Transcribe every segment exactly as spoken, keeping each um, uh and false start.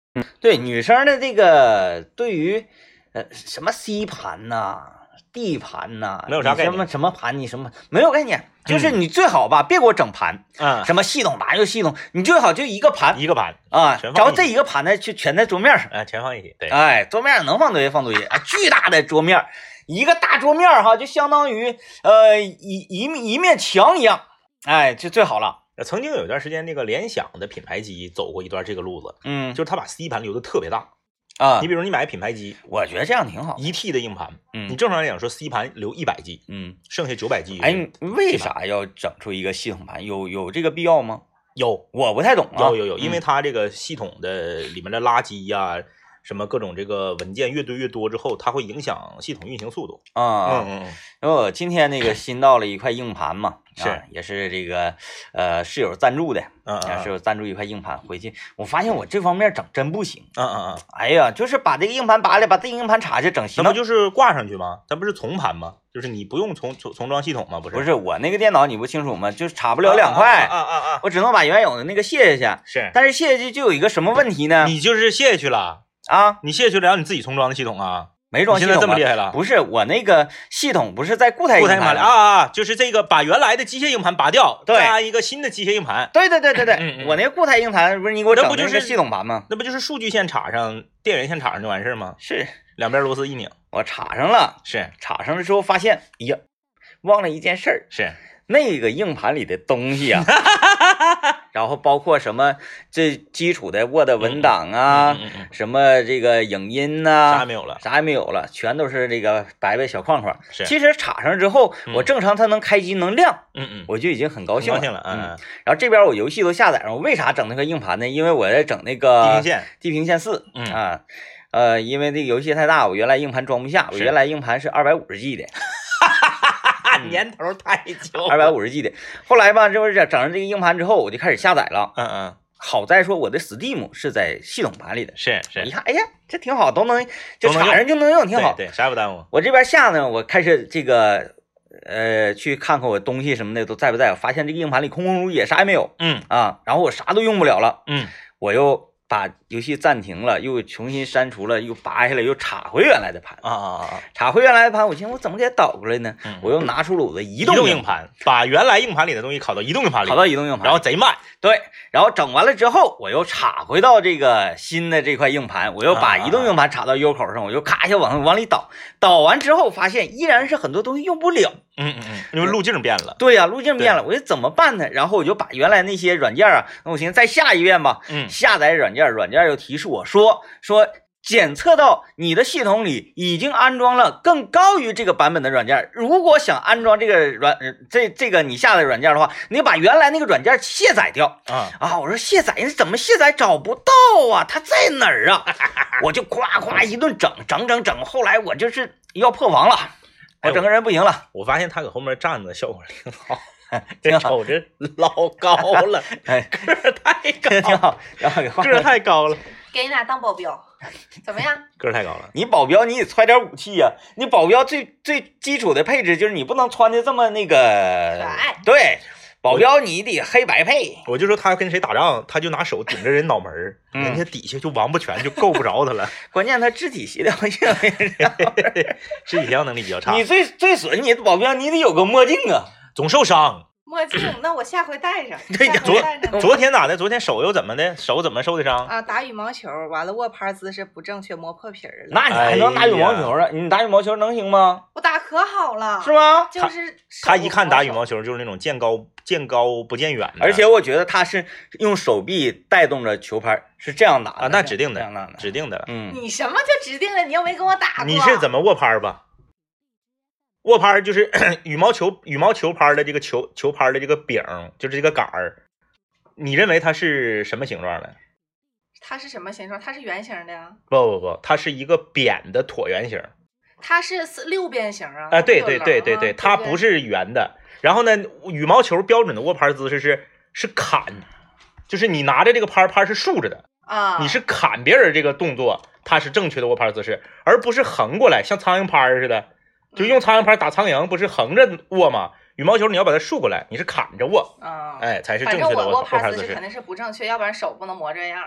嗯，对，女生的这个对于呃什么 C 盘呐、D 盘呐， 没有啥概念， 什么什么盘你什么没有概念，就是你最好吧，别给我整盘， 嗯， 什么系统盘又系统，你最好就一个盘， 一个盘啊，只要这一个盘呢，就全在桌面上， 哎，全放一起，对， 哎，桌面上能放多些放多些，啊，巨大的桌面，一个大桌面哈，就相当于呃一一一面墙一样，哎，就最好了。 曾经有一段时间，那个联想的品牌机走过一段这个路子， 嗯， 就是他把 C 盘留的特别大啊。 你比如你买品牌机， 我觉得这样挺好， 一 T 的硬盘， 嗯， 你正常来讲说 C 盘留一百 G， 嗯， 剩下九百 G。 哎，为啥要整出一个系统盘？有有这个必要吗？ 有， 我不太懂啊。 有有有，因为它这个系统的里面的垃圾呀、啊。什么各种这个文件越堆越多之后，它会影响系统运行速度啊。 嗯嗯嗯。 因为我今天那个新到了一块硬盘嘛， 是、 啊、也是这个呃室友赞助的， 嗯嗯， 室友赞助一块硬盘回去，我发现我这方面整真不行。 嗯嗯嗯。 哎呀，就是把这个硬盘拔来，把这个硬盘插去整行。 那不就是挂上去吗？它不是从盘吗？就是你不用重重重装系统吗？不是。 不是我那个电脑你不清楚吗？就是插不了两块。 啊啊啊！ 我只能把原有的那个卸下去。 是。 但是卸下去就有一个什么问题呢？ 你就是卸下去了。 啊， 你卸去了，让你自己重装的系统啊？ 没装系统， 现在这么厉害了？ 不是，我那个系统不是在固态硬盘里啊啊，就是这个把原来的机械硬盘拔掉， 对， 加一个新的机械硬盘。 对对对对对， 嗯嗯我那个固态硬盘不是你给我整那个系统盘吗？ 那不就是数据线插上，电源线插上就完事吗？ 是， 两边螺丝一拧， 我插上了， 是插上了之后发现，哎呀，忘了一件事儿， 是那个硬盘里的东西啊。然后包括什么这基础的 Word 文档啊， 嗯嗯嗯、 什么这个影音呐、啊， 啥也没有了， 啥也没有了，全都是这个白白小框框。 是， 其实插上之后， 嗯、 我正常它能开机能亮， 嗯嗯， 我就已经很高兴了， 高兴了，嗯。 嗯然后这边我游戏都下载上，我为啥整那个硬盘呢？因为我在整那个地平线， 地平线四， 嗯啊，呃，因为这个游戏太大，我原来硬盘装不下，我原来硬盘是二百五十 G 的。 年头太久， 二百五十 G 的。后来吧，这不是整上这个硬盘之后，我就开始下载了。 嗯嗯。 好在说我的 Steam 是在系统盘里的， 是是。 一看，哎呀，这挺好，都能就插上就能用，挺好。 对对，啥也不耽误。 我这边下呢，我开始这个呃去看看我东西什么的都在不在，我发现这个硬盘里空空如也，啥也没有。 嗯啊，然后我啥都用不了了。 嗯， 我又把游戏暂停了，又重新删除了，又拔下来，又插回原来的盘啊啊啊！ 插回原来的盘，我寻思我怎么给它导过来呢？ 嗯、 我又拿出了我的移动硬盘，把原来硬盘里的东西拷到移动硬盘里， 拷到移动硬盘， 然后贼慢。 对，然后整完了之后，我又插回到这个新的这块硬盘，我又把移动硬盘插到 U 口上，我就咔一下往往里导，导完之后发现依然是很多东西用不了。 嗯嗯嗯，因为路径变了。 对呀、啊，路径变了，我就怎么办呢？然后我就把原来那些软件啊，那我寻思再下一遍吧。 嗯， 下载软件，软件又提示我说说检测到你的系统里已经安装了更高于这个版本的软件。如果想安装这个软这这个你下载软件的话，你把原来那个软件卸载掉。 啊啊！我说卸载，你怎么卸载找不到啊？它在哪儿啊？我就夸夸一顿整整整整，后来我就是要破防了。我整个人不行了， 哎、我, 我发现他搁后面站着效果挺好， 挺好，瞅着老高了， 哎， 个儿太高， 挺好，然后个儿太高了， 给你俩当保镖，怎么样？ 个儿太高了， 你保镖你得揣点武器呀、啊，你保镖最最基础的配置就是你不能穿的这么那个可爱， 对。保镖你得黑白配， 我就说他跟谁打仗，他就拿手顶着人脑门儿、嗯，人家底下就王八拳就够不着他了。 关键他肢体协调性， 肢体协调能力比较差。 你最最损，你保镖你得有个墨镜啊， 总受伤。 墨镜，那我下回戴上。 对， 昨昨天咋的？昨天手又怎么的？手怎么受的伤啊？打羽毛球，完了握拍姿势不正确，磨破皮儿了。 那你还能打羽毛球啊？你打羽毛球能行吗？ 我打可好了， 是吗？ 就是他一看打羽毛球就是那种见高见高不见远的， 而且我觉得他是用手臂带动着球拍，是这样打的啊，那指定的， 的指定的。 嗯， 你什么就指定了？你又没跟我打过。 你是怎么握拍吧？握拍就是羽毛球羽毛球拍的这个球球拍的这个柄，就是这个杆儿，你认为它是什么形状的？ 它是什么形状？它是圆形的呀？ 不不不，它是一个扁的椭圆形。 它是六边形啊？ 啊，对对对对对，它不是圆的。然后呢，羽毛球标准的握拍姿势是是砍，就是你拿着这个拍，拍是竖着的啊， 你是砍别人这个动作，它是正确的握拍姿势，而不是横过来像苍蝇拍似的。就用苍蝇拍打苍蝇，不是横着握吗？羽毛球你要把它竖过来，你是砍着握， 啊， 哎，才是正确的握握拍姿势。 肯定是不正确，要不然手不能磨这样。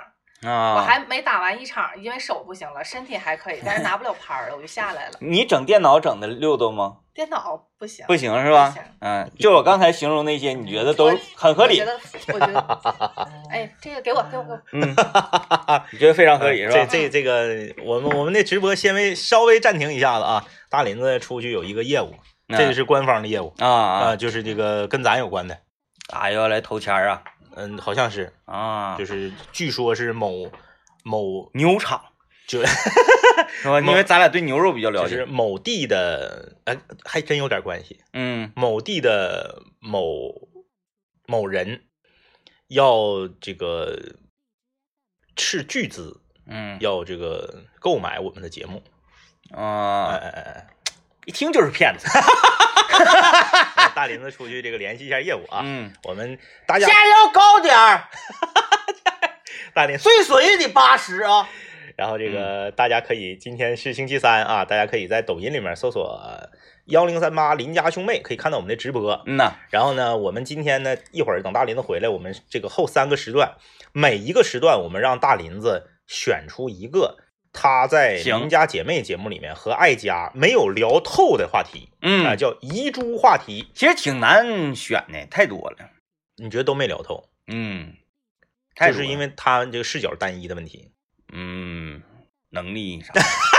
啊， 我还没打完一场，因为手不行了，身体还可以，但是拿不了拍了，我就下来了。 你整电脑整的溜达吗？ 电脑不行， 不行是吧？ 不行嗯，就我刚才形容那些，你觉得都很合理？ 我觉得，我觉得，哎，这个给我，给我，给我。 嗯，你觉得非常合理是吧？ 这这这个，我们我们的直播先微稍微暂停一下子啊。大林子出去有一个业务，这个是官方的业务啊啊、 呃，就是这个跟咱有关的。 啊，要来投钱啊？ 嗯，好像是啊， 就是据说是某某牛场， 就是吧？因为咱俩对牛肉比较了解， 就是某地的，哎，还真有点关系。 嗯， 某地的某某人要这个斥巨资， 嗯， 要这个购买我们的节目。 啊， 哎哎哎， 一听就是骗子。 大林子出去这个联系一下业务啊， 嗯， 我们大家价要高点儿， 大林子最水也得八十啊。 然后这个大家可以，今天是星期三啊，大家可以在抖音里面搜索幺零三八邻家兄妹，可以看到我们的直播。 嗯呐， 然后呢，我们今天呢，一会儿等大林子回来，我们这个后三个时段，每一个时段我们让大林子选出一个他在邻家姐妹节目里面和爱家没有聊透的话题， 嗯， 啊，叫遗珠话题。 其实挺难选的，太多了。 你觉得都没聊透？ 嗯，太就是因为他这个视角单一的问题。 嗯，能力啥？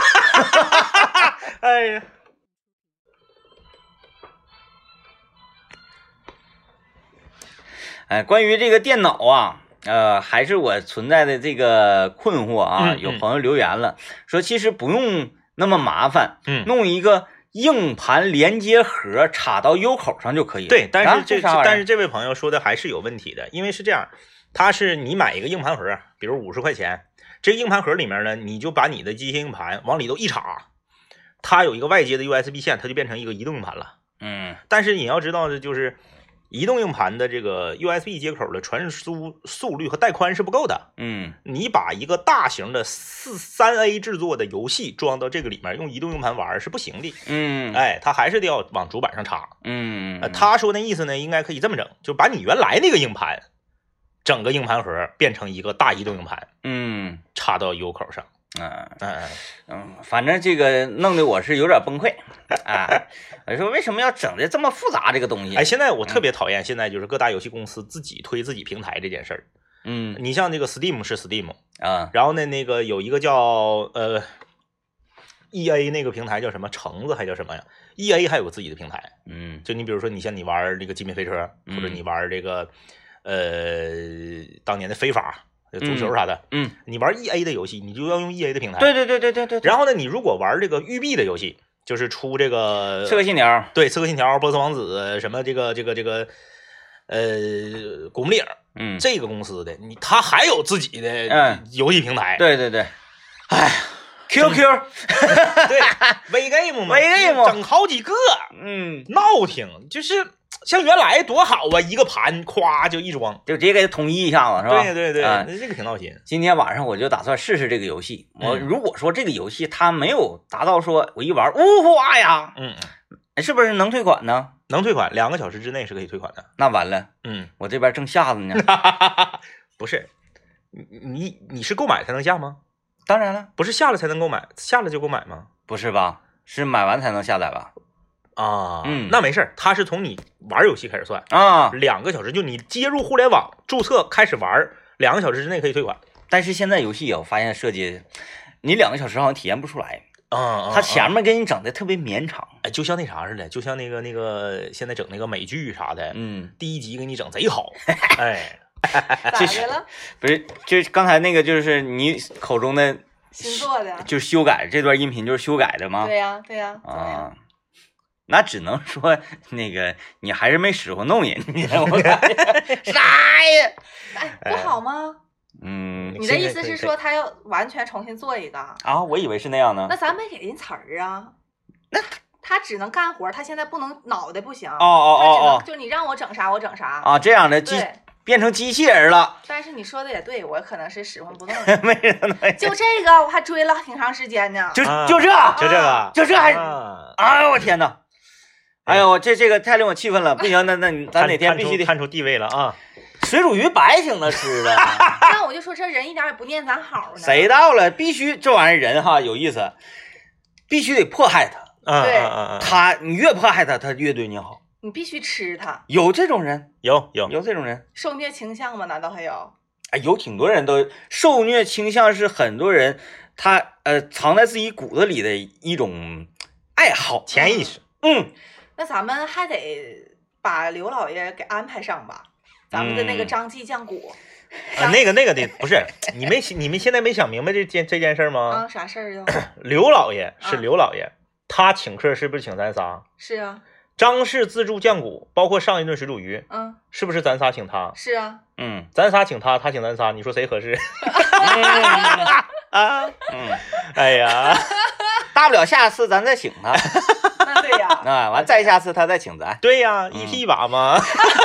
哎呀， 哎，关于这个电脑啊，呃，还是我存在的这个困惑啊。 嗯嗯有朋友留言了，说其实不用那么麻烦， 嗯， 弄一个硬盘连接盒插到 U 口上就可以了。 对，但是这、 啊、 但是这位朋友说的还是有问题的，因为是这样，他是你买一个硬盘盒，比如五十块钱，这个硬盘盒里面呢，你就把你的机械硬盘往里头一插，它有一个外接的 U S B 线，它就变成一个移动硬盘了。 嗯， 但是你要知道的就是，移动硬盘的这个 U S B 接口的传输速率和带宽是不够的。 嗯， 你把一个大型的四三 A 制作的游戏装到这个里面，用移动硬盘玩是不行的。 嗯， 哎，它还是得要往主板上插。 嗯， 呃，他说那意思呢，应该可以这么整，就把你原来那个硬盘，整个硬盘盒变成一个大移动硬盘， 嗯， 插到 U 口上。 嗯嗯嗯，反正这个弄得我是有点崩溃啊！我说为什么要整的这么复杂这个东西？ 哎，现在我特别讨厌现在就是各大游戏公司自己推自己平台这件事儿。 嗯， 你像这个 Steam 是 Steam 啊， 然后呢，那个有一个叫呃 E A 那个平台叫什么橙子还叫什么呀 ？E A 还有个自己的平台。 嗯， 就你比如说，你像你玩这个极品飞车，或者你玩这个呃当年的非法。足球啥的， 嗯， 你玩 E A 的游戏，你就要用 E A 的平台。 对对对对对对。 然后呢，你如果玩这个育碧的游戏，就是出这个刺客信条， 对，刺客信条、波斯王子什么这个这个这个呃古墓丽影， 嗯， 这个公司的，你他还有自己的游戏平台。 对对对，哎 ，Q Q， 对 ，V Game 嘛 ，V Game 整好几个， 嗯， 闹挺，就是像原来多好啊，一个盘咵就一装， 就直接给它统一一下子，是吧？ 对对对， 啊、 这个挺闹心。 今天晚上我就打算试试这个游戏。我嗯如果说这个游戏它没有达到说我一玩呜哗呀， 嗯， 是不是能退款呢？ 能退款，两个小时之内是可以退款的。 那完了， 嗯， 我这边正下着呢。 不是，你你你是购买才能下吗？ 当然了， 不是下了才能购买，下了就购买吗？ 不是吧？是买完才能下载吧？ 啊， 嗯， 那没事儿，它是从你玩游戏开始算啊， 两个小时就你接入互联网注册开始玩，两个小时之内可以退款。 但是现在游戏啊，我发现设计，你两个小时好像体验不出来。 啊、嗯， 它前面给你整的特别绵长， 哎，就像那啥似的，就像那个那个现在整那个美剧啥的， 嗯， 第一集给你整贼好，哎， 咋的了？ 不是，就是刚才那个，就是你口中的新做的， 就是修改这段音频就是修改的吗？ 对呀、啊，对呀、 啊，啊，那只能说那个你还是没使唤弄人，你知道吗？啥呀？ 哎，不好吗？ 嗯， 你的意思是说他要完全重新做一个啊？我以为是那样呢。 那咱没给人词儿啊。 那他只能干活，他现在不能脑袋不行。 哦哦哦哦， 就你让我整啥我整啥啊，这样的机变成机器人了。 但是你说的也对，我可能是使唤不动。 没人能。 就这个我还追了挺长时间呢。 就就这， 就这个， 就这还，哎呦我天哪！哎呦，这这个太令我气愤了，不行，那那咱哪天必须得看出地位了啊！ 水煮鱼白请他吃的， 那我就说这人一点也不念咱好呢。 谁到了必须这玩意儿人哈有意思，必须得迫害他。 嗯对嗯嗯嗯， 他你越迫害他，他越对你好。 你必须吃它。 有这种人， 有有有这种人。 受虐倾向吗？难道还有？ 哎，有挺多人都受虐倾向，是很多人他呃藏在自己骨子里的一种爱好、 潜意识。 嗯， 那咱们还得把刘老爷给安排上吧，咱们的那个张记酱骨。 啊，那个那个的不是你没你们现在没想明白这件这件事吗？ 啊，啥事儿呀？ 刘老爷是啊刘老爷，他请客是不是请咱仨？ 是啊， 张氏自助酱骨，包括上一顿水煮鱼， 嗯， 是不是咱仨请他？ 是啊， 嗯咱仨请他，他请咱仨，你说谁合适？啊， 嗯， 哎呀， 大不了下次咱再请他， 那对呀。 啊，完再下次他再请咱。 对呀，一批一把嘛，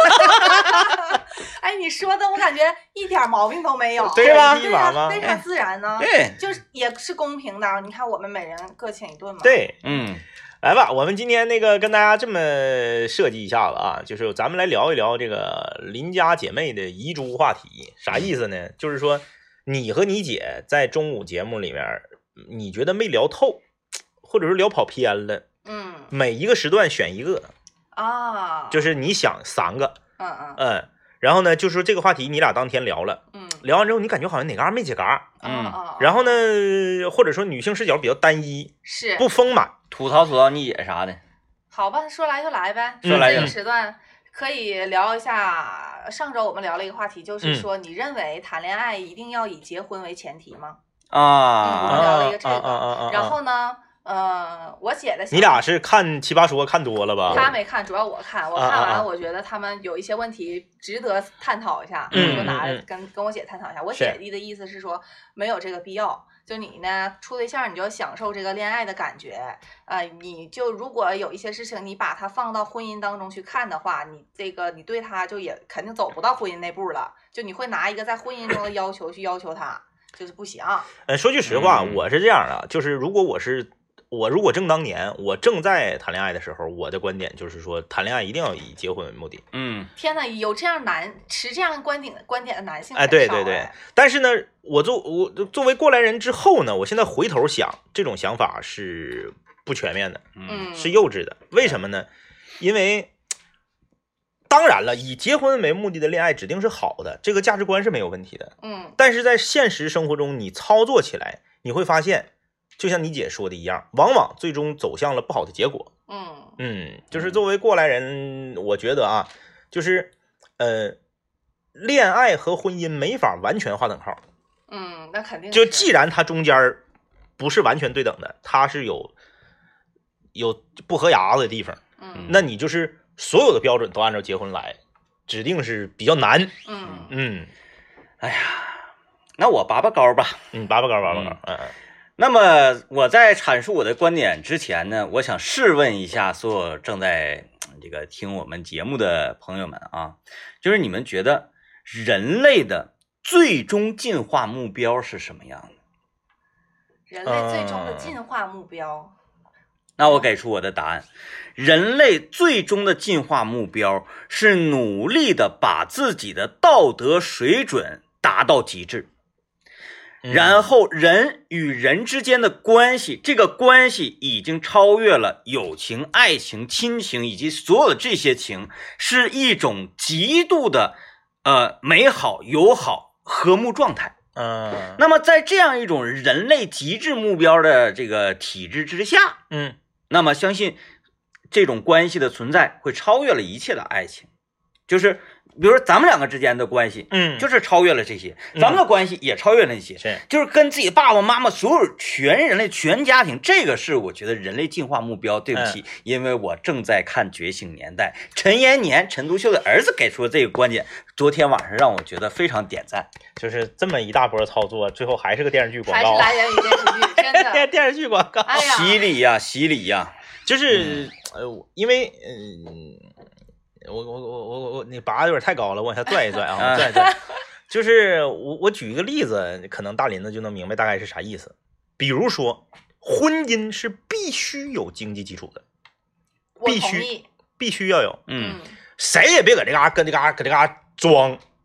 哎，你说的我感觉一点毛病都没有， 对吧一批一把嘛， 非常自然呢。 对， 就是也是公平的。你看我们每人各请一顿嘛。， 对。 嗯来吧，我们今天那个跟大家这么设计一下子啊，就是咱们来聊一聊这个邻家姐妹的遗珠话题。啥意思呢？就是说你和你姐在中午节目里面，你觉得没聊透，或者是聊跑偏了， 嗯每一个时段选一个， 啊， 就是你想三个， 嗯嗯嗯，然后呢，就是说这个话题你俩当天聊了， 嗯聊完之后你感觉好像哪嘎没解嘎， 嗯啊， 然后呢，或者说女性视角比较单一， 是不丰满。 吐槽吐槽你姐啥的， 好吧，说来就来呗。 说来这就个时段可以聊一下。上周我们聊了一个话题，就是说你认为谈恋爱一定要以结婚为前提吗？嗯，我啊们聊了一个这啊啊啊啊啊个。然后呢，呃，我姐的想法你俩是看奇葩说看多了吧？ 他没看，主要我看。我看啊啊啊完了，我觉得他们有一些问题值得探讨一下，我嗯就拿嗯嗯跟跟我姐探讨一下。我是姐的意思是说，没有这个必要。就你呢，处对象你就要享受这个恋爱的感觉，呃，你就如果有一些事情你把它放到婚姻当中去看的话，你这个你对他就也肯定走不到婚姻那步了，就你会拿一个在婚姻中的要求去要求他，就是不行。 呃，说句实话， 嗯我是这样的，就是如果我是我如果正当年我正在谈恋爱的时候，我的观点就是说，谈恋爱一定要以结婚为目的。 嗯天呐，有这样男持这样观点观点的男性哎， 很少对对对哎。 但是呢，我作我作为过来人之后呢，我现在回头想，这种想法是不全面的， 嗯嗯， 是幼稚的。为什么呢？因为当然了，以结婚为目的的恋爱指定是好的，这个价值观是没有问题的。 嗯但是在现实生活中，你操作起来，你会发现，就像你姐说的一样，往往最终走向了不好的结果。 嗯嗯，就是作为过来人，我觉得啊，就是呃，恋爱和婚姻没法完全划等号。 嗯，那肯定就是既然它中间儿不是完全对等的，它是有有不合牙子的地方， 嗯那你就是所有的标准都按照结婚来，指定是比较难。 嗯嗯哎呀，那我拔拔高吧。 嗯，拔拔高，拔拔高，嗯嗯那么我在阐述我的观点之前呢，我想试问一下所有正在这个听我们节目的朋友们啊，就是你们觉得人类的最终进化目标是什么样的？ 人类最终的进化目标， 那我给出我的答案，人类最终的进化目标是努力的把自己的道德水准达到极致。 嗯然后人与人之间的关系，这个关系已经超越了友情、爱情、亲情以及所有的这些情，是一种极度的呃美好、友好、和睦状态。 嗯那么在这样一种人类极致目标的这个体制之下， 嗯那么相信这种关系的存在会超越了一切的爱情，就是比如说咱们两个之间的关系， 嗯， 就是超越了这些， 嗯咱们的关系也超越了那些， 是就是跟自己爸爸妈妈所有全人类全家庭，这个是我觉得人类进化目标。对不起，因为我正在看《觉醒年代》，陈延年、陈独秀的儿子给出的这个观点，昨天晚上让我觉得非常点赞。 就是这么一大波操作，最后还是个电视剧广还是告， 来源于电视剧，真的。 电电视剧广告， 哎呀， 洗礼呀，洗礼呀， 就是呃，因为嗯。我我我我我你拔的有点太高了，我往下拽一拽啊，拽一拽。就是我我举一个例子，可能大林子就能明白大概是啥意思。比如说，婚姻是必须有经济基础的， 我必须同意。 必须要有。 嗯嗯谁也别搁这嘎跟这嘎搁这嘎装，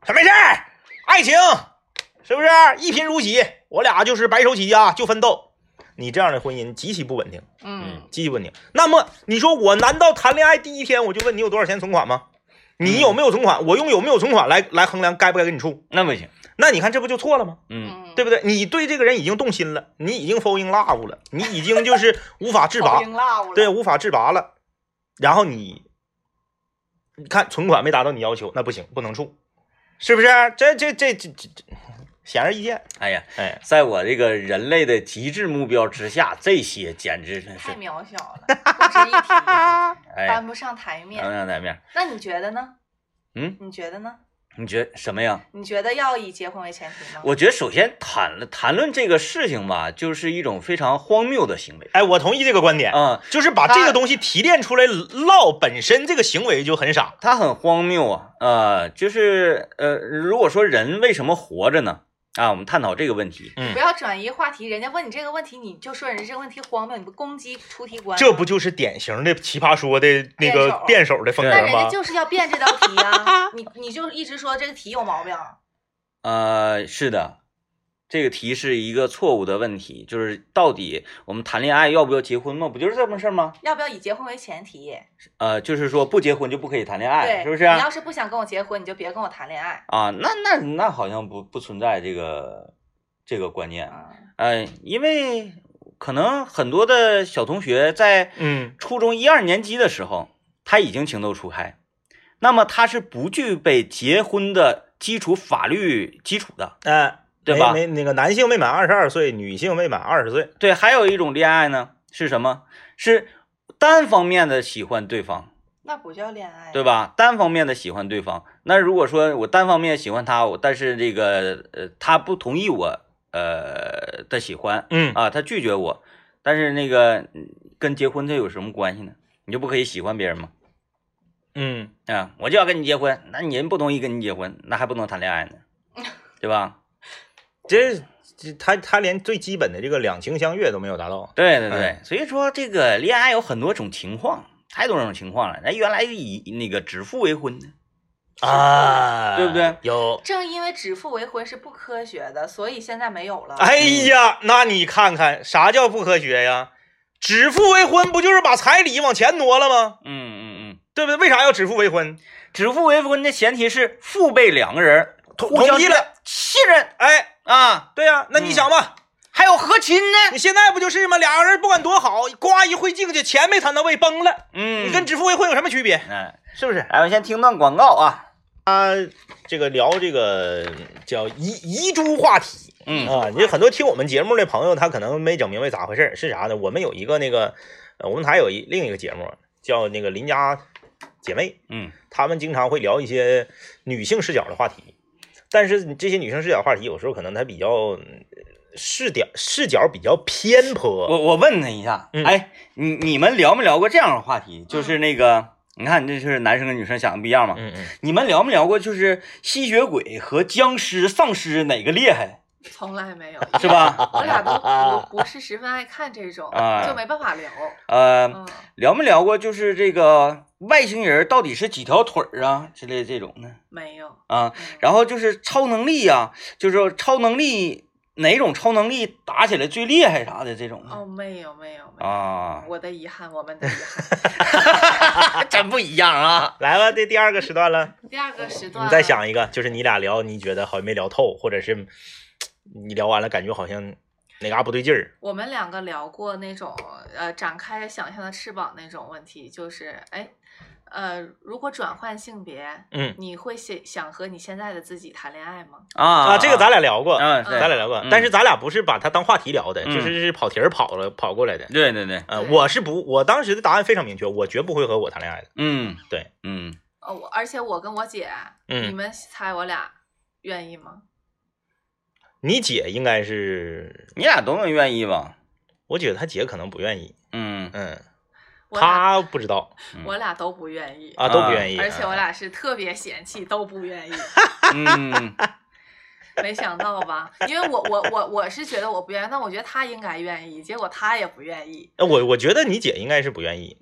说没事儿，爱情是不是一贫如洗？我俩就是白手起家就奋斗。你这样的婚姻极其不稳定， 嗯， 极其不稳定。那么你说我难道谈恋爱第一天我就问你有多少钱存款吗？你有没有存款？我用有没有存款来来衡量该不该跟你处？ 那不行。 那你看这不就错了吗？ 嗯， 对不对？你对这个人已经动心了，你已经 fall in love 了，你已经就是无法自拔，对，无法自拔了。然后你，你看存款没达到你要求，那不行，不能处，是不是？这这这这这这显而易见。 哎呀， 哎， 在我这个人类的极致目标之下，这些简直真是太渺小了，不值一提， 哎， 搬不上台面。 搬不上台面。 那你觉得呢？ 嗯， 你觉得呢？ 你觉得什么呀？ 你觉得要以结婚为前提吗？ 我觉得首先谈了谈论这个事情吧，就是一种非常荒谬的行为。 哎，我同意这个观点啊、嗯， 就是把这个东西提炼出来唠本身这个行为就很傻， 它很荒谬啊。呃，就是呃，如果说人为什么活着呢？啊，我们探讨这个问题。 嗯， 不要转移话题，人家问你这个问题，你就说人家这个问题荒谬，你不攻击出题官？ 这不就是典型的奇葩说的那个辩手的风格吗？ 那人家就是要辩这道题啊！你你就一直说这个题有毛病。 呃，是的，这个题是一个错误的问题，就是到底我们谈恋爱要不要结婚吗？不就是这么事儿吗？ 要不要以结婚为前提？ 呃，就是说不结婚就不可以谈恋爱， 对， 是不是？ 你要是不想跟我结婚，你就别跟我谈恋爱啊。那那那好像不不存在这个这个观念，呃，因为可能很多的小同学在嗯初中一二年级的时候，他已经情窦初开，那么他是不具备结婚的基础法律基础的， 呃， 对吧？ 没那个男性未满二十二岁，女性未满二十岁。 对，还有一种恋爱呢，是什么？是单方面的喜欢对方， 那不叫恋爱， 对吧？单方面的喜欢对方。那如果说我单方面喜欢他，我但是这个呃他不同意我呃的喜欢， 嗯啊，他拒绝我，但是那个跟结婚这有什么关系呢？你就不可以喜欢别人吗？ 嗯啊，我就要跟你结婚，那你人不同意跟你结婚，那还不能谈恋爱呢，对吧？ 这这他他连最基本的这个两情相悦都没有达到。 对对对， 哎、 所以说这个恋爱有很多种情况，太多种情况了。那原来以那个指腹为婚的啊， 对不对？ 有， 正因为指腹为婚是不科学的，所以现在没有了。 哎呀，那你看看啥叫不科学呀？指腹为婚不就是把彩礼往前挪了吗？ 嗯嗯嗯， 对不对？为啥要指腹为婚？ 指腹为婚的前提是父辈两个人同互相同意了， 信任， 哎啊， 对呀、啊，那你想吧、嗯， 还有和亲呢。 你现在不就是吗？俩人不管多好，呱一会境界，钱没谈到位，崩了。 嗯， 你跟指腹为婚有什么区别？ 哎， 是不是？ 来，我先听段广告啊。 啊，这个聊这个叫遗遗珠话题。 嗯啊，你很多听我们节目的朋友，他可能没整明白咋回事，是啥呢？我们有一个那个，呃，我们台有一另一个节目叫那个邻家姐妹， 嗯， 他们经常会聊一些女性视角的话题，但是这些女性视角话题有时候可能它比较视角视角比较偏颇。 我我问他一下， 嗯、 哎，你你们聊没聊过这样的话题？就是那个。嗯你看，这是男生跟女生想的不一样嘛？ 嗯嗯， 你们聊没聊过，就是吸血鬼和僵尸、丧尸哪个厉害？ 从来没有， 是吧？ 我俩都不不是十分爱看这种， 啊、 就没办法聊。 呃、 嗯， 聊没聊过，就是这个外星人到底是几条腿儿啊之类的这种呢？ 没有啊、嗯，然后就是超能力呀、啊，就是超能力。哪种超能力打起来最厉害啥的这种？ 哦，没有没有没有啊！ 我的遗憾，我们的遗憾， 真不一样啊！ 来吧，这第二个时段了。 第二个时段， 你再想一个，就是你俩聊，你觉得好像没聊透，或者是你聊完了感觉好像哪嘎不对劲儿。 我们两个聊过那种呃展开想象的翅膀那种问题，就是哎。呃，如果转换性别， 嗯， 你会想想和你现在的自己谈恋爱吗？ 啊啊，这个咱俩聊过， 嗯， 咱俩聊过，但是咱俩不是把它当话题聊的， 嗯、 就是是跑题儿跑了跑过来的。 对对对， 呃，我是不，我当时的答案非常明确，我绝不会和我谈恋爱的。 嗯， 对， 嗯， 呃，我而且我跟我姐， 嗯， 你们猜我俩愿意吗？ 你姐应该是， 你俩都能愿意吧？ 我觉得他姐可能不愿意。 嗯嗯。他不知道， 我俩都不愿意啊，都不愿意， 而且我俩是特别嫌弃，都不愿意。 嗯， 没想到吧？因为我我我我是觉得我不愿意，但我觉得他应该愿意，结果他也不愿意。 我我觉得你姐应该是不愿意，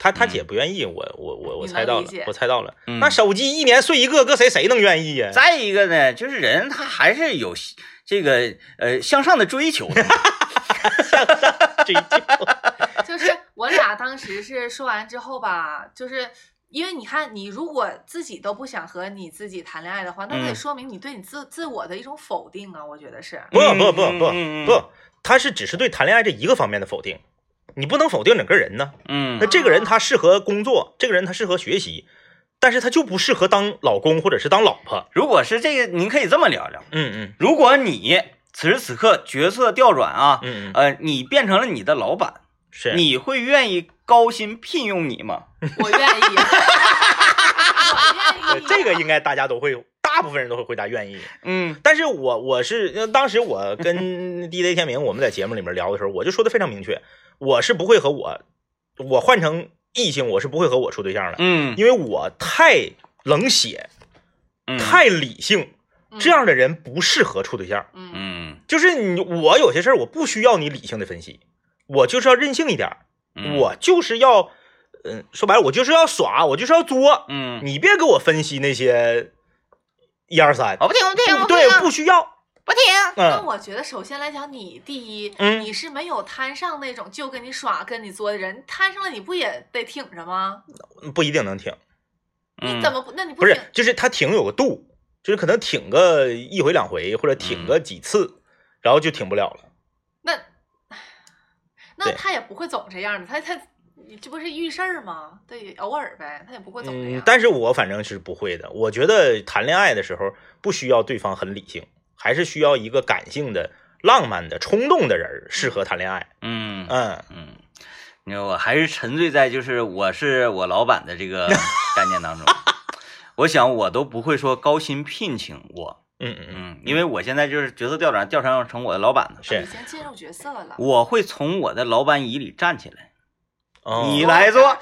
他他姐不愿意，我我我我猜到了，我猜到了。 嗯、 那手机一年碎一个，搁谁谁能愿意呀？ 再一个呢，就是人他还是有这个呃向上的追求的， 向上追求。 就是我俩当时是说完之后吧，就是因为你看，你如果自己都不想和你自己谈恋爱的话，那得说明你对你自、嗯、自我的一种否定啊，我觉得是。 不不不不不，他是只是对谈恋爱这一个方面的否定。你不能否定整个人呢， 嗯， 那这个人他适合工作，这个人他适合学习，但是他就不适合当老公或者是当老婆。 如果是这个，您可以这么聊聊， 嗯嗯， 如果你此时此刻角色调转啊， 嗯嗯， 呃，你变成了你的老板， 是， 你会愿意高薪聘用你吗？ 我愿意，我愿意， 这个应该大家都会。大部分人都会回答愿意， 嗯， 但是我我是当时我跟 D J 天明我们在节目里面聊的时候，我就说的非常明确，我是不会和我我换成异性，我是不会和我处对象的， 嗯， 因为我太冷血， 嗯、 太理性，这样的人不适合处对象， 嗯， 就是你我有些事儿我不需要你理性的分析，我就是要任性一点， 嗯、 我就是要，嗯、呃，说白了我就是要耍，我就是要作， 嗯， 你别给我分析那些。一二三， 我不听，我不听， 不对，不需要， 不听。 那我觉得，首先来讲，你第一， 嗯， 你是没有摊上那种就跟你耍、跟你作的人，摊上了你不也得挺着吗？ 不一定能挺。 你怎么不？那你不是，就是他挺有个度，就是可能挺个一回两回，或者挺个几次，嗯、然后就挺不了了。 那那他也不会总这样的，他他。你这不是遇事儿吗？对，偶尔呗，他也不会总这样、 嗯。但是我反正是不会的。我觉得谈恋爱的时候不需要对方很理性，还是需要一个感性的、浪漫的、冲动的人适合谈恋爱。 嗯嗯嗯，你说我还是沉醉在就是我是我老板的这个概念当中。我想我都不会说高薪聘请我。 嗯嗯嗯，因为我现在就是角色调转，调成成我的老板了。 是， 已经进入角色了。 我会从我的老板椅里站起来。 哦、 你来做，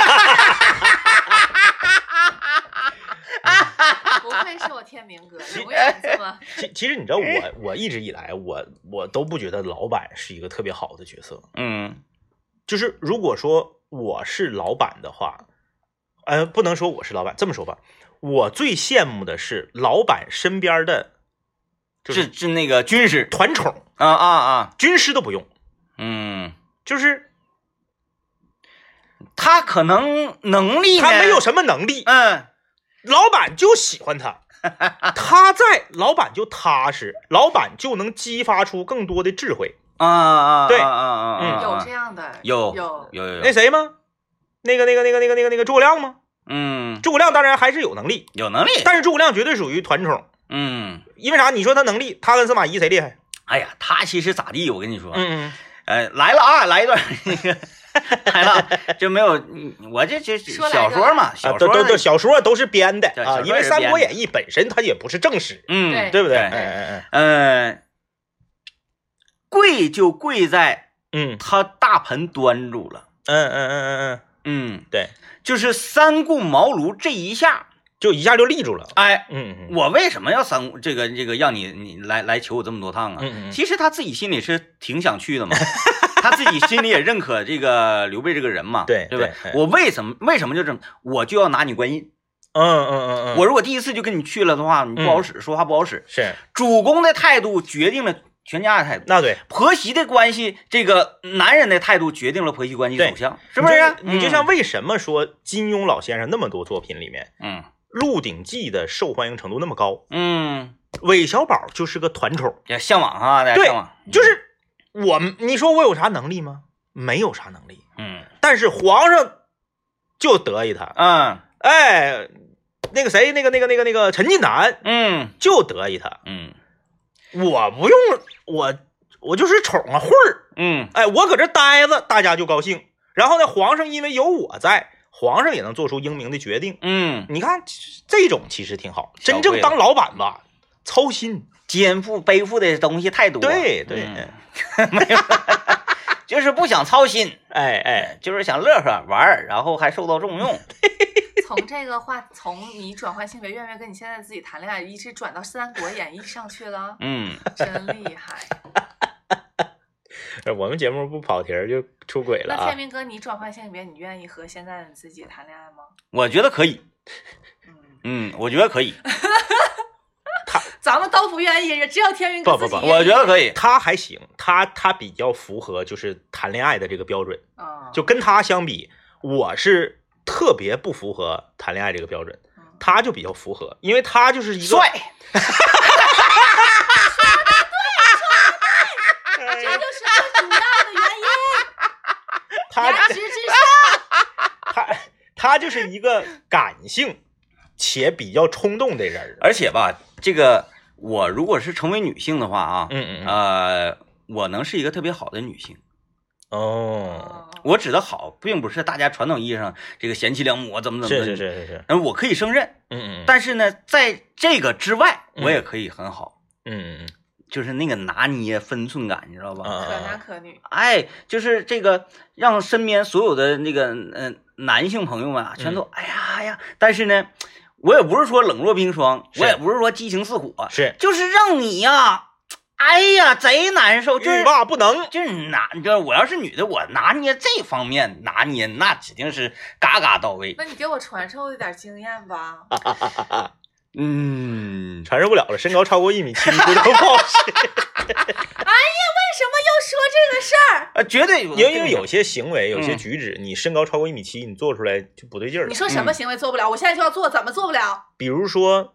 不愧是我天明哥，永远这么。 其其实你知道我，我一直以来我我都不觉得老板是一个特别好的角色。 嗯， 就是如果说我是老板的话，呃，不能说我是老板，这么说吧，我最羡慕的是老板身边的， 就是是那个军师团宠啊啊啊， 军师都不用， 嗯， 就是。 他可能能力他没有什么能力， 嗯， 老板就喜欢他，他在老板就踏实，老板就能激发出更多的智慧啊啊， 对啊啊啊，有这样的， 有有有有那谁吗？那个那个那个那个那个那个诸葛亮吗？ 嗯， 诸葛亮当然还是有能力， 有能力， 但是诸葛亮绝对属于团宠， 嗯， 因为啥？你说他能力，他跟司马懿谁厉害？ 哎呀，他其实咋地？我跟你说， 嗯嗯， 呃，来了啊，来一段那个。来了，就没有我这这小说嘛，小说都都小说都是编的啊， 因为《三国演义》本身它也不是正史， 嗯， 对不对？ 嗯嗯嗯，呃，贵就贵在， 嗯， 他大盆端住了， 嗯嗯嗯嗯嗯嗯， 对， 就是三顾茅庐这一下。 就一下就立住了， 哎， 嗯嗯， 我为什么要三这个这个让你你来来求我这么多趟啊？ 嗯嗯， 其实他自己心里是挺想去的嘛，他自己心里也认可这个刘备这个人嘛， 对对不对？我为什么为什么就这么，我就要拿你官印？ 嗯嗯嗯嗯， 我如果第一次就跟你去了的话，你不好使， 嗯、 说话不好使。 是主公的态度决定了全家的态度， 那对婆媳的关系，这个男人的态度决定了婆媳关系走向，是不是、啊你？你就像为什么说金庸老先生那么多作品里面， 嗯。 《鹿鼎记》的受欢迎程度那么高， 嗯， 韦小宝就是个团宠， 也向往啊， 对， 向往就是我，你说我有啥能力吗？没有啥能力， 嗯， 但是皇上就得意他， 嗯， 哎，那个谁，那个那个那个那个陈近南， 嗯， 就得意他， 嗯， 我不用，我我就是宠啊，混儿， 嗯， 哎，我搁这待着，大家就高兴，然后呢，皇上因为有我在。皇上也能做出英明的决定， 嗯， 你看这种其实挺好。真正当老板吧，操心、 肩负、背负的东西太多。 对对， 嗯、没有，就是不想操心， 哎哎， 就是想乐呵玩，然后还受到重用。 从这个话，从你转换性别，愿不愿意跟你现在自己谈恋爱，一直转到《三国演义》上去了？ 嗯， 真厉害。 我们节目不跑题儿就出轨了啊那天！明哥，你转换性别，你愿意和现在的自己谈恋爱吗？ 我觉得可以， 嗯， 嗯，我觉得可以， 咱们都不愿意，只有天明哥不不不自己愿意我觉得可以。 他还行，他他比较符合就是谈恋爱的这个标准。 啊， 就跟他相比，我是特别不符合谈恋爱这个标准，他就比较符合，因为他就是一个帅， 这就是最主要的原因。 他颜值至上。 他他就是一个感性且比较冲动的人儿。 而且吧，这个我如果是成为女性的话啊， 嗯嗯嗯呃，我能是一个特别好的女性。 哦， 我指的好，并不是大家传统意义上这个贤妻良母怎么怎么的， 是是是是是， 嗯，我可以胜任， 嗯嗯但是呢，在这个之外， 嗯我也可以很好， 嗯嗯就是那个拿捏分寸感，你知道吧？ 嗯可男可女。 哎，就是这个让身边所有的那个嗯、呃、男性朋友们啊，全都、哎呀哎呀，但是呢，我也不是说冷若冰霜， 是我也不是说激情似火， 是就是让你呀，哎呀，贼难受，就是欲罢不能。 就是拿，你知道，我要是女的，我拿捏这方面拿捏，那指定是嘎嘎到位。 那你给我传授一点经验吧。 嗯， 传受不了了，身高超过一米七，知道不好使。 为什么又说这个事儿？ 呃，绝对， 因为因为有些行为、有些嗯举止，你身高超过一米七，你做出来就不对劲儿了你。说什么行为做不了？我现在就要做，怎么做不了？ 比如说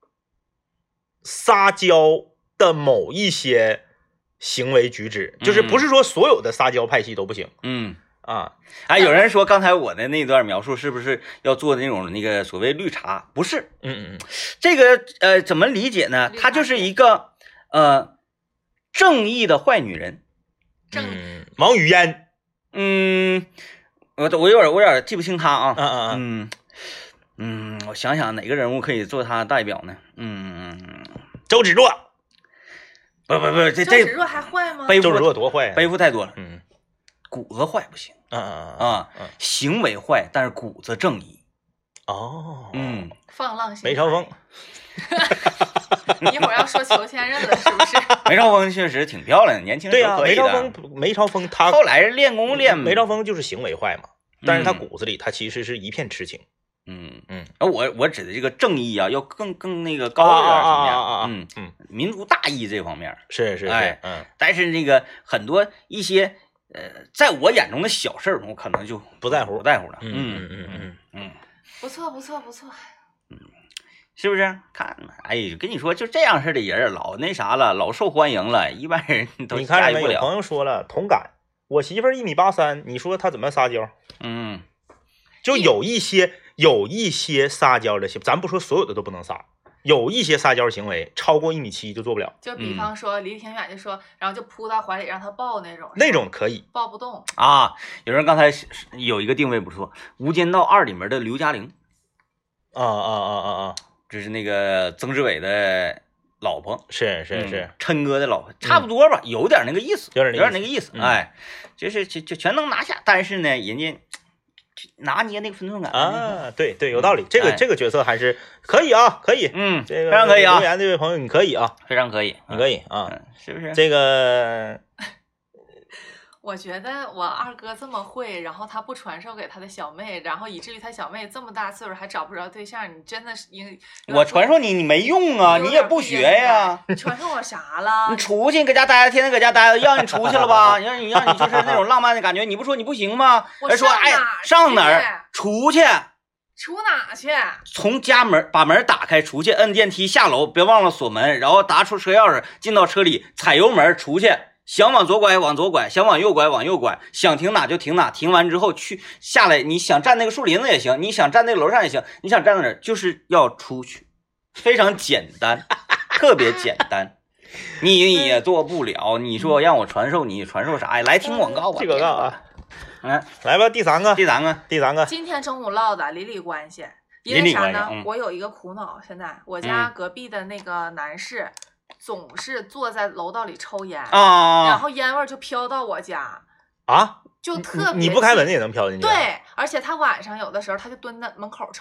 撒娇的某一些行为举止，就是不是说所有的撒娇派系都不行嗯， 啊。 哎，有人说刚才我的那段描述是不是要做那种那个所谓绿茶？不是， 嗯嗯嗯， 这个呃怎么理解呢？ 绿茶她就是一个呃正义的坏女人。 正嗯，王语嫣， 嗯，我我有点我有点记不清她啊。 嗯嗯嗯， 嗯嗯，我想想哪个人物可以做她的代表呢？嗯， 周芷若， 不不不，这周芷这若还坏吗？ 背周芷负若多坏啊！ 背负太多了， 嗯骨子坏不行嗯嗯嗯啊， 嗯， 行为坏，但是骨子正义。 哦， 嗯， 放浪形骸。 梅超风， 你一会儿要说裘千仞了，是不是？ 梅超风确实挺漂亮的，年轻对呀， 时候可以的。 梅超风，梅超风他后来练功练梅超风就是行为坏嘛，但是他嗯骨子里他其实是一片痴情。 嗯嗯， 而我我指的这个正义啊，要更更那个高一点层面， 啊啊啊啊啊嗯嗯， 民族大义这方面。 是是是哎， 嗯， 但是那个很多一些呃，在我眼中的小事儿，我可能就不在乎不在乎了。 嗯嗯嗯嗯嗯嗯， 不错，不错，不错。 是不是？看，哎，跟你说，就这样式的人，老那啥了，老受欢迎了，一般人都你看驾驭不着没有？朋了。 友说了，同感。我媳妇儿一米八三，你说她怎么撒娇？ 嗯就有一些有一些撒娇的行，咱不说所有的都不能撒，有一些撒娇行为超过一米七就做不了， 就比方说离挺远就说，然后就扑到怀里让他抱那种， 那种可以。 抱不动。 啊，有人刚才是有一个定位不错，《无间道二》里面的刘嘉玲， 啊啊啊啊啊！ 就是那个曾志伟的老婆， 是是是， 琛哥的老婆，差不多吧，有点那个意思， 有点有点那个意思， 嗯哎，就是就就全能拿下，但是呢，人家就拿捏那个分寸感， 啊，对对，有道理。这个哎这个角色还是可以啊，可以。 嗯， 这个非常可以啊留，言这位朋友，你可以啊， 非常可以， 你可以啊。 嗯，是不是？ 这个我觉得我二哥这么会，然后他不传授给他的小妹，然后以至于他小妹这么大岁数还找不着对象，你真的是应我传授你，你没用啊，你也不学呀。 你传授我啥了？ 你出去，你搁家待着，天天搁家待着，让你出去了吧？让你让你就是那种浪漫的感觉，你不说你不行吗？ 我人说哎，上哪儿？出去， 出哪去？ 从家门把门打开，出去摁电梯下楼，别忘了锁门，然后拿出车钥匙进到车里，踩油门出去。想往左拐往左拐，想往右拐往右拐，想停哪就停哪。停完之后去下来，你想站那个树林子也行，你想站那个楼上也行，你想站哪儿就是要出去，非常简单，特别简单。你也做不了，你说让我传授你传授啥呀？来听广告吧， 这广告啊， 嗯， 来吧，第三个， 第三个， 第三个， 今天中午唠的邻里关系，因邻里为啥呢？ 关系嗯我有一个苦恼，现在我家隔壁的那个男士。总是坐在楼道里抽烟啊， 然后烟味就飘到我家啊， 就特别你不开门也能飘进去。 对，而且他晚上有的时候他就蹲在门口抽，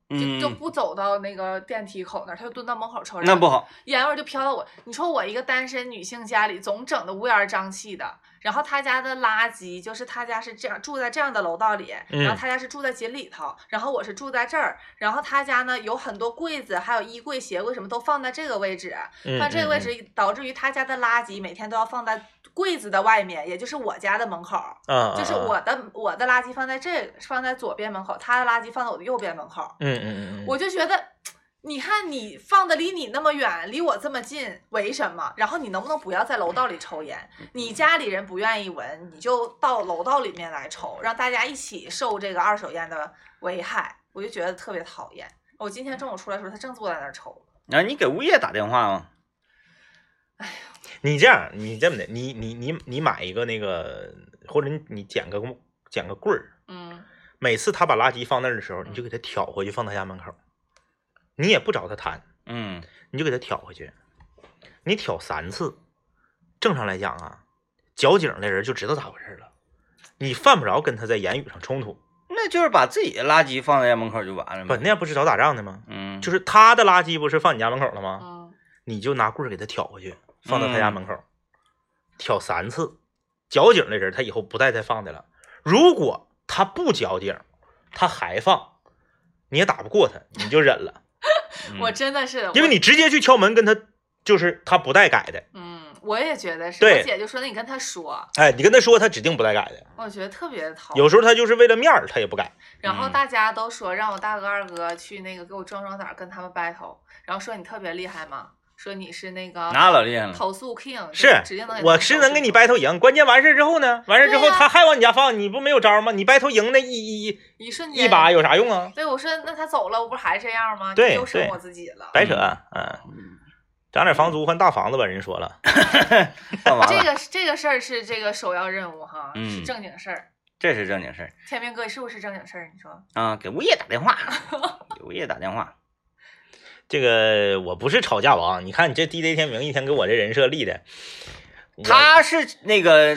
嗯， 就就不走到那个电梯口那儿，他就蹲到门口抽， 那不好。 烟味就飘到我。你说我一个单身女性家里总整的乌烟瘴气的，然后他家的垃圾就是他家是这样住在这样的楼道里， 嗯然后他家是住在井里头，然后我是住在这儿，然后他家呢有很多柜子，还有衣柜、鞋柜什么都放在这个位置， 嗯放这个位置导致于他家的垃圾每天都要放在柜子的外面，也就是我家的门口。 啊， 就是我的我的垃圾放在这放在左边门口，他的垃圾放在我的右边门口。 嗯嗯嗯嗯， 我就觉得，你看你放的离你那么远，离我这么近，为什么？然后你能不能不要在楼道里抽烟？你家里人不愿意闻，你就到楼道里面来抽，让大家一起受这个二手烟的危害。我就觉得特别讨厌。我今天中午出来的时候，他正坐在那儿抽。 然后你给物业打电话吗？ 哎呀， 你这样，你这么的，你你你你买一个那个，或者你你捡个捡个棍儿， 嗯， 每次他把垃圾放那儿的时候，你就给他挑回去，放他家门口。你也不找他谈， 嗯， 你就给他挑回去。你挑三次，正常来讲啊，交警的人就知道咋回事了。你犯不着跟他在言语上冲突。 那就是把自己的垃圾放在家门口就完了不， 吗？ 那样不是找打仗的吗？ 嗯， 就是他的垃圾不是放你家门口了吗？ 嗯， 你就拿棍儿给他挑回去，放到他家门口，挑三次。交警的人他以后不带再放的了。如果他不交警，他还放，你也打不过他，你就忍了。 嗯我真的是， 因为你直接去敲门跟他，就是他不带改的。 嗯，我也觉得是。 对我姐就说，那你跟他说， 哎，你跟他说，他指定不带改的。 我觉得特别讨厌。 有时候他就是为了面儿，他也不改。 然后大家都说让我大哥二哥去那个给我壮壮胆，跟他们 battle，然后说你特别厉害嘛，说你是那个那老厉害了。 投诉 king， 是指定能给我是能给你 battle 赢，关键完事之后呢，完事之后对啊他还往你家放，你不没有招吗？你 battle 赢那一一一瞬间一把有啥用啊？ 对，我说那他走了，我不是还这样吗？ 对又生对我自己了。 白扯，嗯，涨点房租换大房子吧，人说了。 干完了， 这个这个事儿是这个首要任务哈， 嗯是正经事儿。 这是正经事儿天明哥是不是正经事儿？你说？ 啊！给物业打电话，给物业打电话。 这个我不是吵架王，你看你这 D J 天明一天给我这人设立的，我他是那个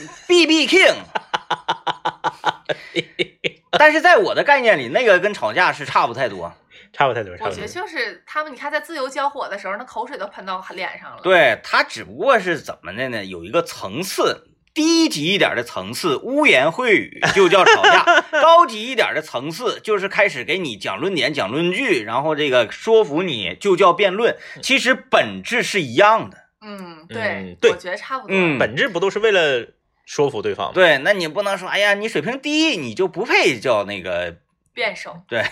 B B King，但是在我的概念里，那个跟吵架是差不太多。 差不太多，差不多我觉得。就是他们，你看在自由交火的时候，那口水都喷到脸上了。 对，他只不过是怎么的呢？有一个层次。低级一点的层次，污言秽语就叫吵架；高级一点的层次，就是开始给你讲论点、讲论据，然后这个说服你，就叫辩论。其实本质是一样的。 嗯， 嗯对， 对我觉得差不多。 嗯本质不都是为了说服对方吗？ 对，那你不能说，哎呀，你水平低，你就不配叫那个辩手。 对。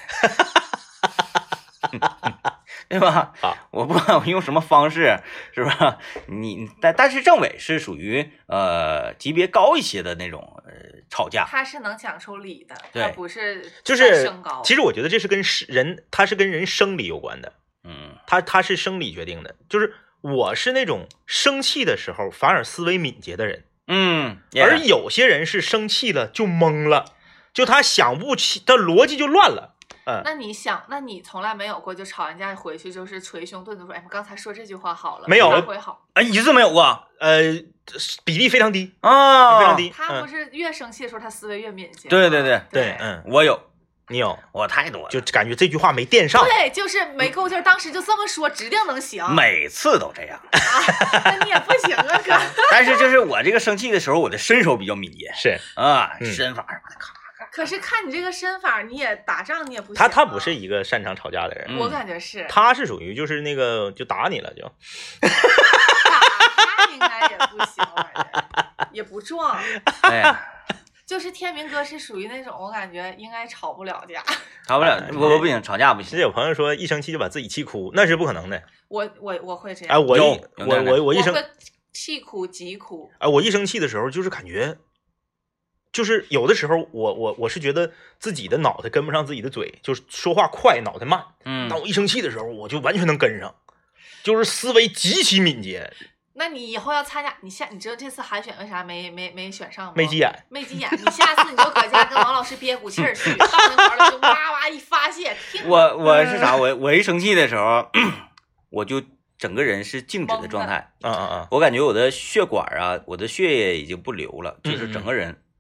对吧？ 啊， 我不知道我用什么方式，是吧？你但但是政委是属于呃级别高一些的那种呃吵架， 他是能讲出理的， 对他不是就是升高。 其实我觉得这是跟人，他是跟人生理有关的， 嗯他他是生理决定的。就是我是那种生气的时候反而思维敏捷的人， 嗯， 而有些人是生气了就懵了，就他想不起，他逻辑就乱了。嗯， 那你想，那你从来没有过就吵完架回去就是捶胸顿足说，哎，我刚才说这句话好了， 没有下回好。 哎一次没有过呃，比例非常低， 啊， 非常低。 他不嗯， 是越生气的时候他思维越敏捷吗？ 对对对对，嗯， 我有， 你有， 我太多了， 就感觉这句话没垫上。 对，就是没够劲儿，当时就这么说，指定能行。 每次都这样。 啊，那你也不行啊，哥。 但是就是我这个生气的时候，我的身手比较敏捷是啊， 嗯身法咔。 可是看你这个身法，你也打仗你也不行、啊。 他，他不是一个擅长吵架的人， 嗯我感觉是。 他是属于就是那个就打你了就。 打他应该也不行，我感觉也不壮。 哎呀， 就是天明哥是属于那种我感觉应该吵不了架。 吵不了，我我不行，吵架不行。 其实有朋友说一生气就把自己气哭，那是不可能的。 我我我会这样。 哎，我一有有我那样的我我一生会气哭急哭。 哎，我一生气的时候就是感觉，就是有的时候我我我是觉得自己的脑袋跟不上自己的嘴，就是说话快，脑袋慢。 嗯当我一生气的时候，我就完全能跟上，就是思维极其敏捷， 那你以后要参加，你下你知道这次海选为啥没没没选上吗？ 没急眼。 没急眼，你下次你就搁家跟王老师憋股气儿去，到那会儿了就哇哇一发泄。听我我是啥？我我一生气的时候，我就整个人是静止的状态。 嗯嗯嗯， 我感觉我的血管啊，我的血液已经不流了， 嗯就是整个人特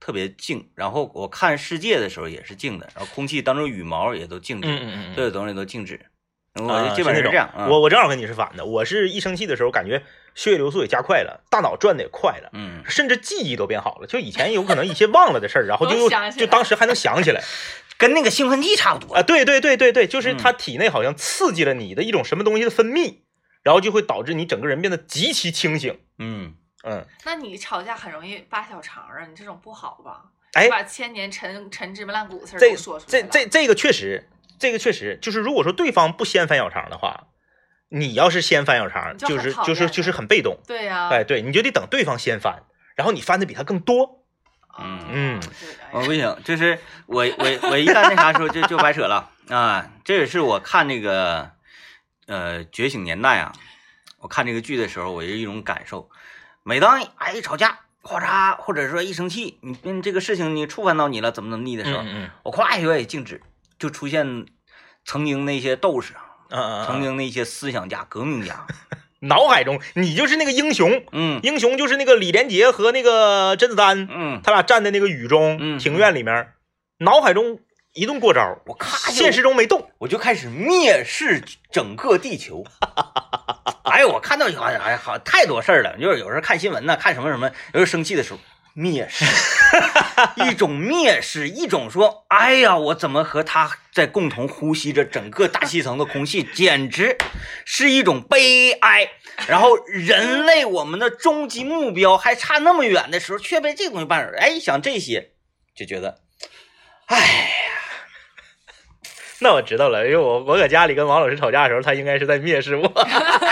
特别静，然后我看世界的时候也是静的，然后空气当中羽毛也都静止， 嗯嗯嗯， 所有东西都静止。我啊就基本是这样。 是我我正好跟你是反的，我是一生气的时候感觉血液流速也加快了，大脑转的也快了， 嗯， 甚至记忆都变好了。就以前有可能一些忘了的事儿，然后就就当时还能想起来， 跟那个兴奋剂差不多啊。对对对对对，就是它体内好像刺激了你的一种什么东西的分泌，然后就会导致你整个人变得极其清醒。 嗯嗯，那你吵架很容易扒小肠啊，你这种不好吧？ 哎， 把千年陈陈芝麻烂谷子都说出来了。 这这这这个确实。这个确实就是，如果说对方不先翻小肠的话，你要是先翻小肠，就是就是就是很被动。 对呀、啊， 哎，对，你就得等对方先翻，然后你翻的比他更多。 嗯嗯， 我不行，就是我我我一旦那啥时候就就白扯了啊！这也是我看那个呃《觉醒年代》啊，我看这个剧的时候，我有一种感受，每当哎一吵架。咵嚓，或者说一生气，你跟这个事情你触犯到你了，怎么怎么地的时候， 嗯嗯我咵一下也静止。就出现曾经那些斗士， 嗯， 曾经那些思想家、革命家， 脑海中你就是那个英雄， 嗯， 英雄就是那个李连杰和那个甄子丹， 嗯， 他俩站在那个雨中、 嗯、 庭院里面，脑海中一顿过招， 我咔， 现实中没动， 我就开始蔑视整个地球。哎呦，我看到好像哎好太多事儿了，就是有时候看新闻呢，看什么什么，有时候生气的时候。蔑视，一种蔑视，一种说，哎呀，我怎么和他在共同呼吸着整个大气层的空气，简直是一种悲哀。然后人类我们的终极目标还差那么远的时候，却被这个东西绊住。哎，一想这些，就觉得，哎呀， 那我知道了，因为我我搁家里跟王老师吵架的时候，他应该是在蔑视我。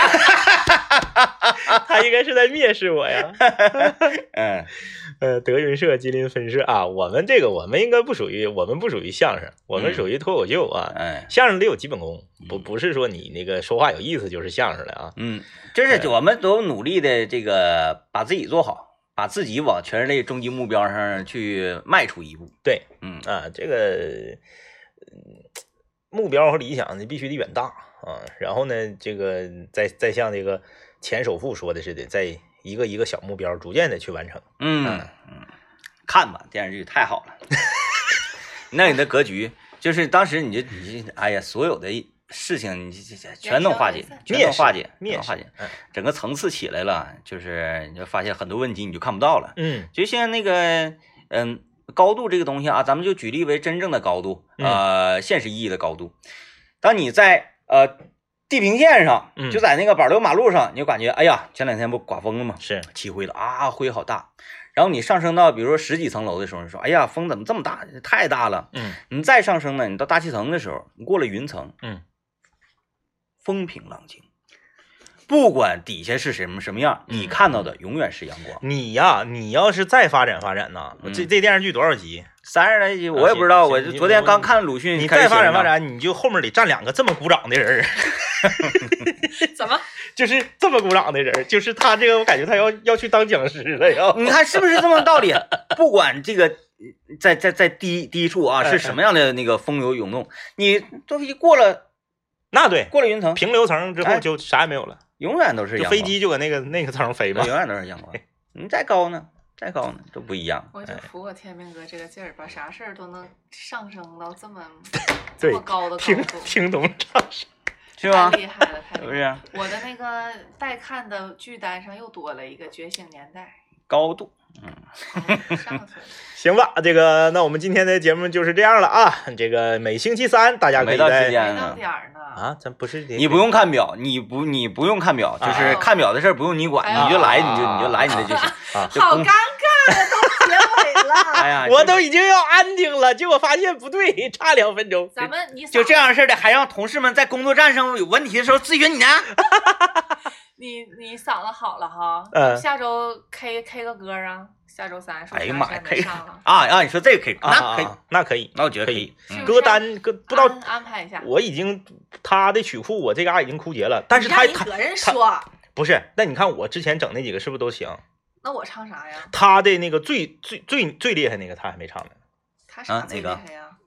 他应该是在蔑视我呀。 嗯， 呃，德云社、吉林分社啊，我们这个我们应该不属于，我们不属于相声，我们属于脱口秀啊。 嗯， 相声得有基本功，不不是说你那个说话有意思就是相声了啊。 嗯，就是我们都努力的这个把自己做好，把自己往全人类终极目标上去迈出一步。 对， 嗯啊，这个目标和理想你必须得远大啊。然后呢，这个再再像这个前首富说的似的，在一个一个小目标逐渐的去完成。 嗯嗯，看吧，电视剧太好了。那你的格局就是当时你就你哎呀，所有的事情你全能化解，全能化解，全能化解，整个层次起来了，就是你就发现很多问题你就看不到了。 嗯， 就像那个嗯高度这个东西啊，咱们就举例为真正的高度，呃，现实意义的高度。当你在呃。地平线上，就在那个柏流马路上，你就感觉，哎呀，前两天不刮风了吗？ 是起灰了啊，灰好大。然后你上升到比如说十几层楼的时候，你说，哎呀，风怎么这么大？太大了。 嗯， 你再上升呢，你到大气层的时候，你过了云层， 嗯， 风平浪静，不管底下是什么什么样，你看到的永远是阳光。 你呀，你要是再发展发展呢， 嗯、 这这电视剧多少集？ 三十来集，我也不知道。我就昨天刚看鲁迅， 你再发展发展，你就后面得站两个这么鼓掌的人。 怎么？ 就是这么鼓掌的人，就是他这个，我感觉他要要去当讲师了要。 你看是不是这么道理？不管这个在在在低低处啊是什么样的那个风流涌动，你都一过了， 那对， 过了云层平流层之后就啥也没有了， 哎、永远都是阳光。 就飞机就搁那个那个层飞嘛， 永远都是阳光。你再高呢？再高呢都不一样。 我就服我天明哥这个劲儿，把啥事儿都能上升到这么这么高的高听度， 听懂唱是是吧？ 太厉害了，太厉害了！ 是不是？ 我的那个待看的剧单上又多了一个《觉醒年代》， 高度，嗯， 上去了。 行吧，这个那我们今天的节目就是这样了啊。这个每星期三大家可以在没到点儿呢啊，咱不是你不用看表，你不你不用看表，就是看表的事儿不用你管，你就来你就你就来你的就行啊。 好尴尬呀，都结尾了。 哎呀， 我都已经要安定了，结果发现不对，差两分钟。 咱们你就这样式的，还让同事们在工作站上有问题的时候咨询你呢？ 你你嗓子好了哈， 嗯， 下周 K K 个歌啊。下周三， 哎呀妈呀，可以啊啊！你说这个可以，那可以， 那可以， 那我觉得可以。 嗯、 歌单歌不知道安排一下， 我已经他的曲库我这嘎已经枯竭了，但是他他个人说不是，那你看我之前整那几个是不是都行？ 那我唱啥呀？ 他的那个最最最最厉害那个他还没唱呢。 他啥最厉害呀？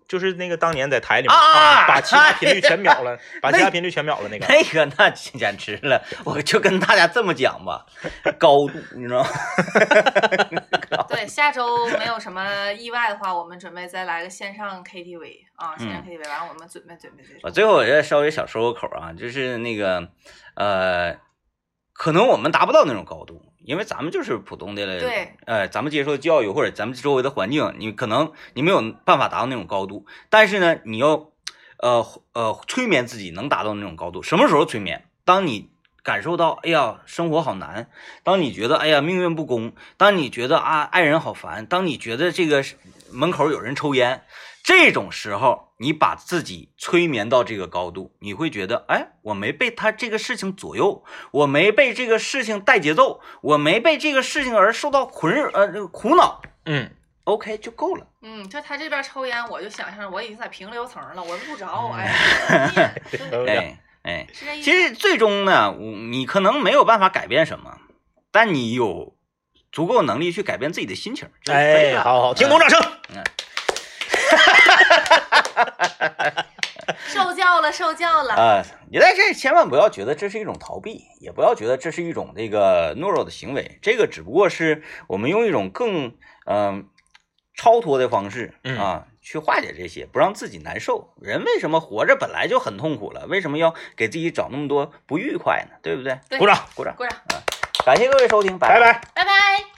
就是那个当年在台里面啊把其他频率全秒了，把其他频率全秒了那个。 那个那简直了，我就跟大家这么讲吧，高度你知道吗？ 对，下周没有什么意外的话，我们准备再来个线上 K T V 啊，线上 K T V 完我们准备准备这我最后我再稍微小收个口啊，就是那个呃，可能我们达不到那种高度。因为咱们就是普通的， 对， 呃，咱们接受的教育或者咱们周围的环境，你可能你没有办法达到那种高度，但是呢，你要，呃呃，催眠自己能达到那种高度。什么时候催眠？当你感受到，哎呀，生活好难；当你觉得，哎呀，命运不公；当你觉得啊，爱人好烦；当你觉得这个门口有人抽烟，这种时候。你把自己催眠到这个高度，你会觉得，哎，我没被他这个事情左右，我没被这个事情带节奏，我没被这个事情而受到困呃苦恼， 嗯 ，OK 就够了。 嗯，就他这边抽烟，我就想象我已经在平流层了，闻不着，哎， 哎哎， 是这意思。 其实最终呢，你可能没有办法改变什么，但你有足够能力去改变自己的心情。 哎，好好，听懂掌声。 嗯。 受教了，受教了啊！你在这千万不要觉得这是一种逃避，也不要觉得这是一种这个懦弱的行为，这个只不过是我们用一种更嗯、呃、超脱的方式啊、嗯、去化解这些，不让自己难受。人为什么活着本来就很痛苦了，为什么要给自己找那么多不愉快呢？对不对？ 对， 鼓掌， 鼓掌， 鼓掌！ 啊！感谢各位收听，拜拜拜， 拜拜。